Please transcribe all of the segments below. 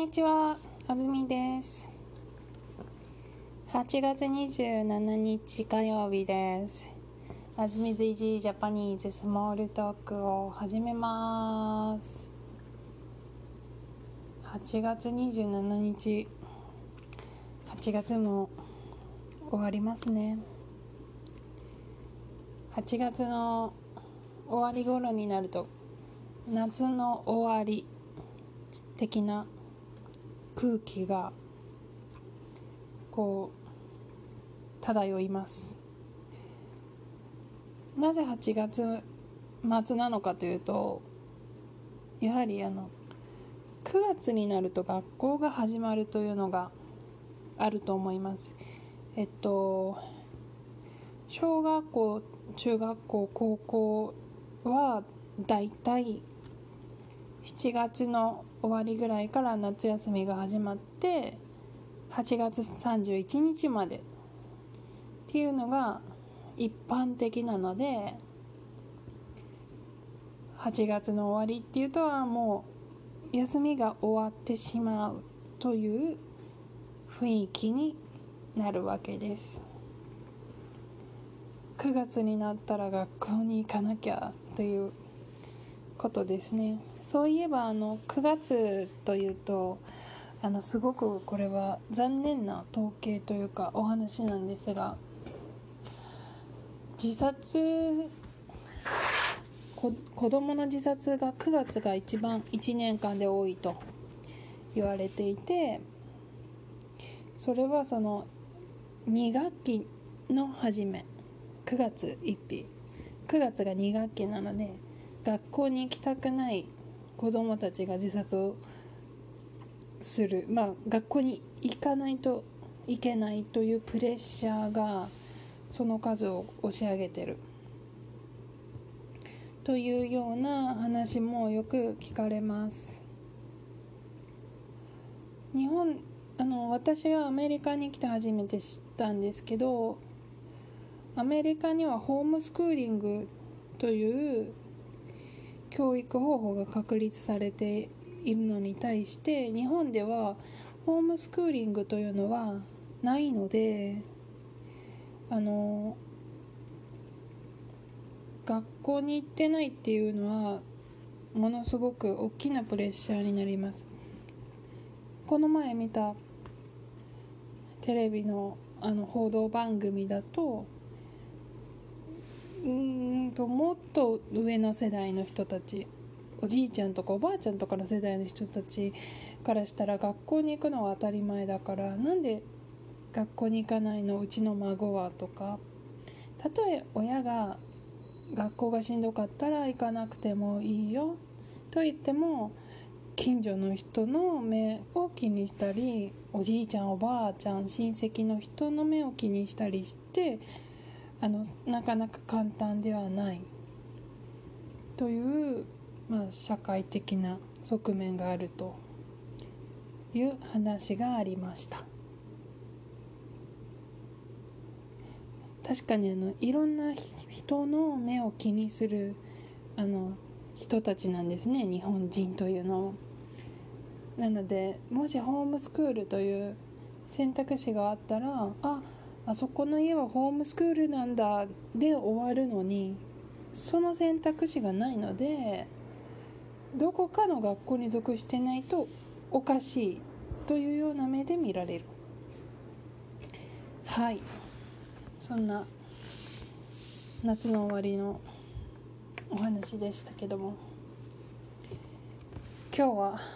にちは、あずみです。8月27日火曜日です。あずみずいじジャパニーズスモールトークを始めます。8月27日、8月も終わりますね。8月の終わり頃になると夏の終わり的な空気がこう漂います。なぜ8月末なのかというと、やはり9月になると学校が始まるというのがあると思います。小学校、中学校、高校はだいたい7月の終わりぐらいから夏休みが始まって8月31日までっていうのが一般的なので、8月の終わりっていうとはもう休みが終わってしまうという雰囲気になるわけです。9月になったら学校に行かなきゃということですね。そういえば9月というとすごくこれは残念な統計というかお話なんですが、自殺子どもの自殺が9月が一番1年間で多いと言われていて、それはその2学期の初め9月1日9月が2学期なので、学校に行きたくない子どもたちが自殺をする、学校に行かないといけないというプレッシャーがその数を押し上げてるというような話もよく聞かれます。日本私がアメリカに来て初めて知ったんですけど、アメリカにはホームスクーリングという教育方法が確立されているのに対して、日本ではホームスクーリングというのはないので、学校に行ってないっていうのはものすごく大きなプレッシャーになります。この前見たテレビの報道番組だと、もっと上の世代の人たち、おじいちゃんとかおばあちゃんとかの世代の人たちからしたら、学校に行くのは当たり前だから、なんで学校に行かないのうちの孫はとか、たとえ親が学校がしんどかったら行かなくてもいいよと言っても、近所の人の目を気にしたり、おじいちゃんおばあちゃん親戚の人の目を気にしたりして、なかなか簡単ではないという、社会的な側面があるという話がありました。確かにいろんな人の目を気にする人たちなんですね、日本人というのは。なので、もしホームスクールという選択肢があったら、あそこの家はホームスクールなんだで終わるのに、その選択肢がないので、どこかの学校に属してないとおかしいというような目で見られる。はい、そんな夏の終わりのお話でしたけども、今日は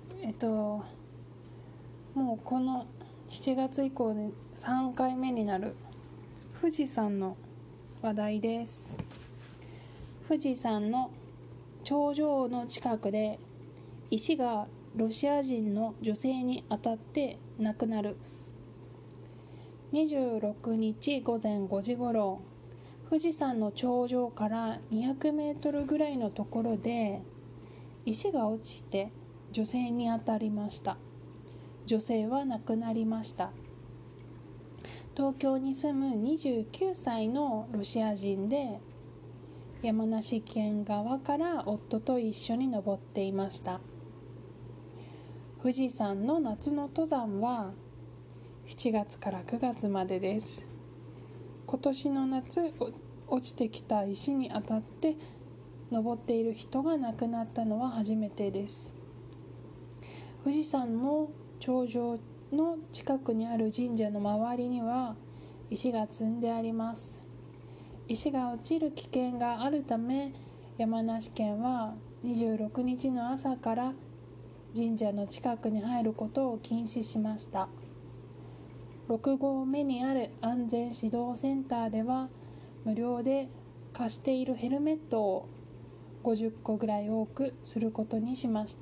もうこの7月以降で3回目になる富士山の話題です。富士山の頂上の近くで石がロシア人の女性に当たって亡くなる。26日午前5時ごろ、富士山の頂上から200メートルぐらいのところで石が落ちて女性に当たりました。女性は亡くなりました。東京に住む29歳のロシア人で、山梨県側から夫と一緒に登っていました。 富士山の夏の登山は7月から9月までです。今年の夏、落ちてきた石に当たって登っている人が亡くなったのは初めてです。富士山の頂上の近くにある神社の周りには石が積んであります。石が落ちる危険があるため、山梨県は26日の朝から神社の近くに入ることを禁止しました。6合目にある安全指導センターでは無料で貸しているヘルメットを50個ぐらい多くすることにしました。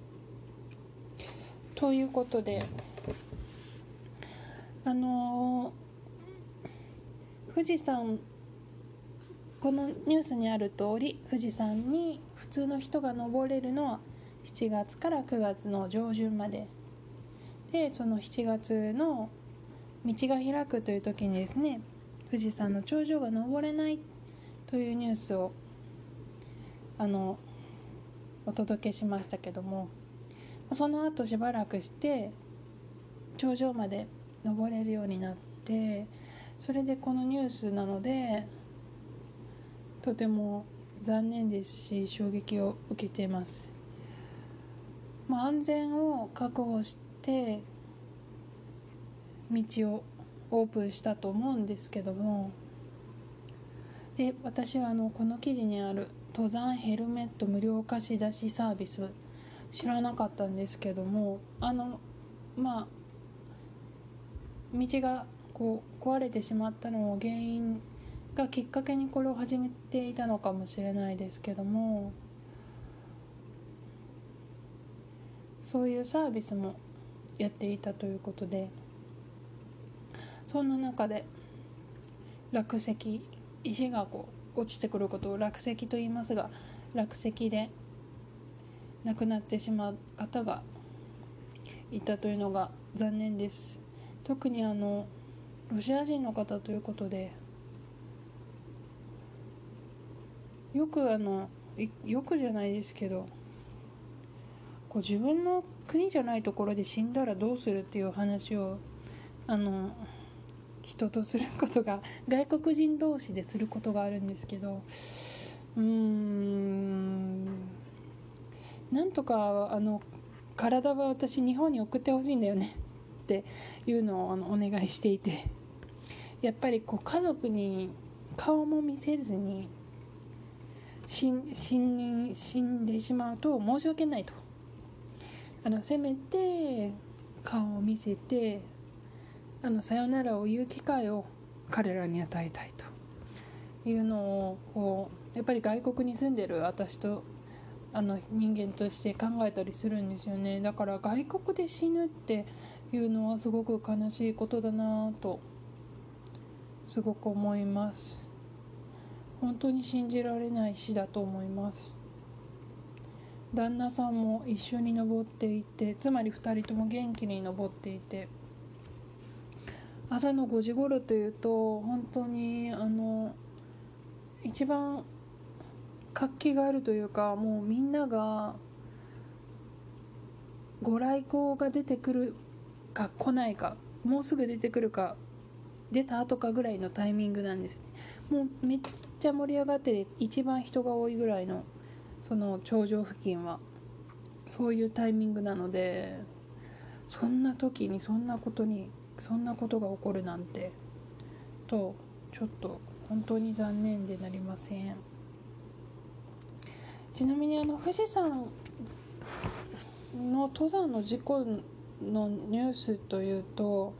ということで、富士山、このニュースにある通り、富士山に普通の人が登れるのは7月から9月の上旬までで、その7月の道が開くという時にですね、富士山の頂上が登れないというニュースをお届けしましたけども、その後しばらくして頂上まで登れるようになって、それでこのニュースなのでとても残念ですし、衝撃を受けています。安全を確保して道をオープンしたと思うんですけども、で私はこの記事にある登山ヘルメット無料貸し出しサービス知らなかったんですけども、道が壊れてしまったのを原因がきっかけにこれを始めていたのかもしれないですけども、そういうサービスもやっていたということで、そんな中で落石、石が落ちてくることを落石と言いますが、落石で亡くなってしまう方がいたというのが残念です。特にロシア人の方ということで、よくじゃないですけど、自分の国じゃないところで死んだらどうするっていう話を人とすることが、外国人同士ですることがあるんですけど、なんとか体は私日本に送ってほしいんだよねっていうのをお願いしていて、やっぱり家族に顔も見せずに死んでしまうと申し訳ないと、せめて顔を見せてさよならを言う機会を彼らに与えたいというのをやっぱり外国に住んでる私と人間として考えたりするんですよね。だから外国で死ぬっていうのはすごく悲しいことだなとすごく思います。本当に信じられない死だと思います。旦那さんも一緒に登っていて、つまり2人とも元気に登っていて、朝の5時頃というと本当に一番活気があるというか、もうみんながご来光が出てくるか来ないか、もうすぐ出てくるか出た後かぐらいのタイミングなんですよね。もうめっちゃ盛り上がって一番人が多いぐらいのその頂上付近はそういうタイミングなので、そんな時にそんなことが起こるなんてと、ちょっと本当に残念でなりません。ちなみに富士山の登山の事故のニュースというと、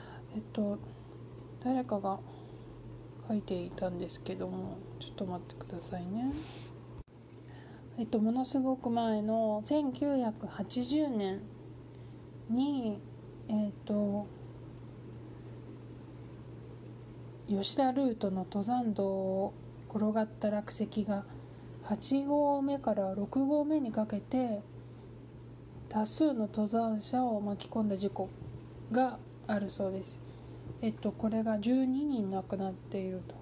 誰かが書いていたんですけども、ちょっと待ってくださいね。ものすごく前の1980年に吉田ルートの登山道を転がった落石が8合目から6合目にかけて多数の登山者を巻き込んだ事故があるそうです。これが12人亡くなっていると。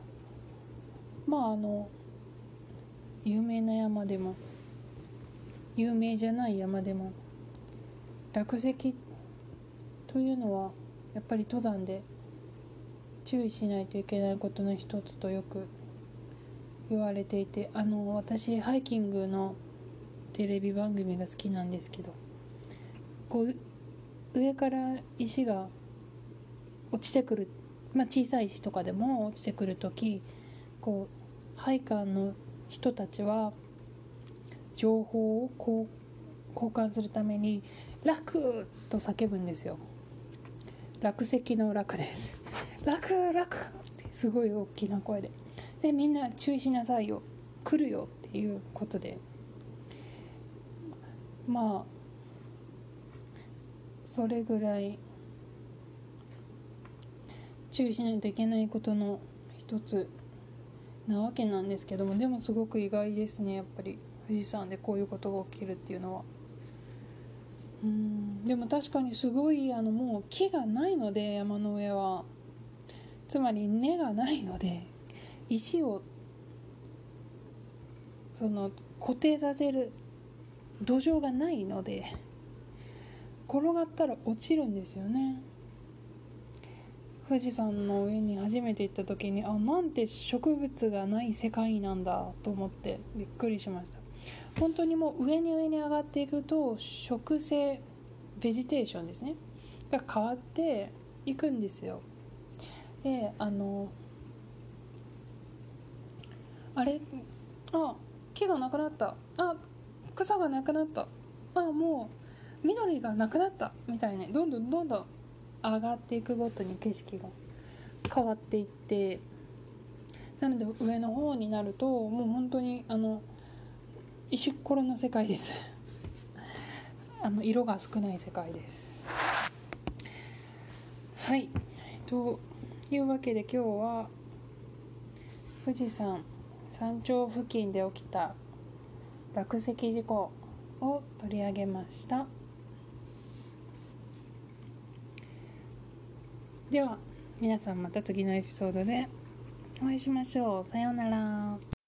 有名な山でも有名じゃない山でも落石というのはやっぱり登山で注意しないといけないことの一つとよく言われていて、私ハイキングのテレビ番組が好きなんですけど、こう上から石が落ちてくる、小さい石とかでも落ちてくるとき、ハイカーの人たちは情報を交換するために楽と叫ぶんですよ。落石の楽です。楽ってすごい大きな声で、みんな注意しなさいよ、来るよっていうことで、それぐらい注意しないといけないことの一つなわけなんですけども、でもすごく意外ですね。やっぱり富士山でこういうことが起きるっていうのは。でも確かにすごいもう木がないので、山の上はつまり根がないので、石を固定させる土壌がないので、転がったら落ちるんですよね。富士山の上に初めて行った時に、なんて植物がない世界なんだと思ってびっくりしました。本当にもう上に上がっていくと植生ベジテーションですねが変わっていくんですよ。で木がなくなった、草がなくなった、もう緑がなくなったみたいにどんどん上がっていくごとに景色が変わっていって、なので上の方になるともう本当に石ころの世界です色が少ない世界です。はい、というわけで今日は富士山山頂付近で起きた落石事故を取り上げました。では皆さん、また次のエピソードでお会いしましょう。さようなら。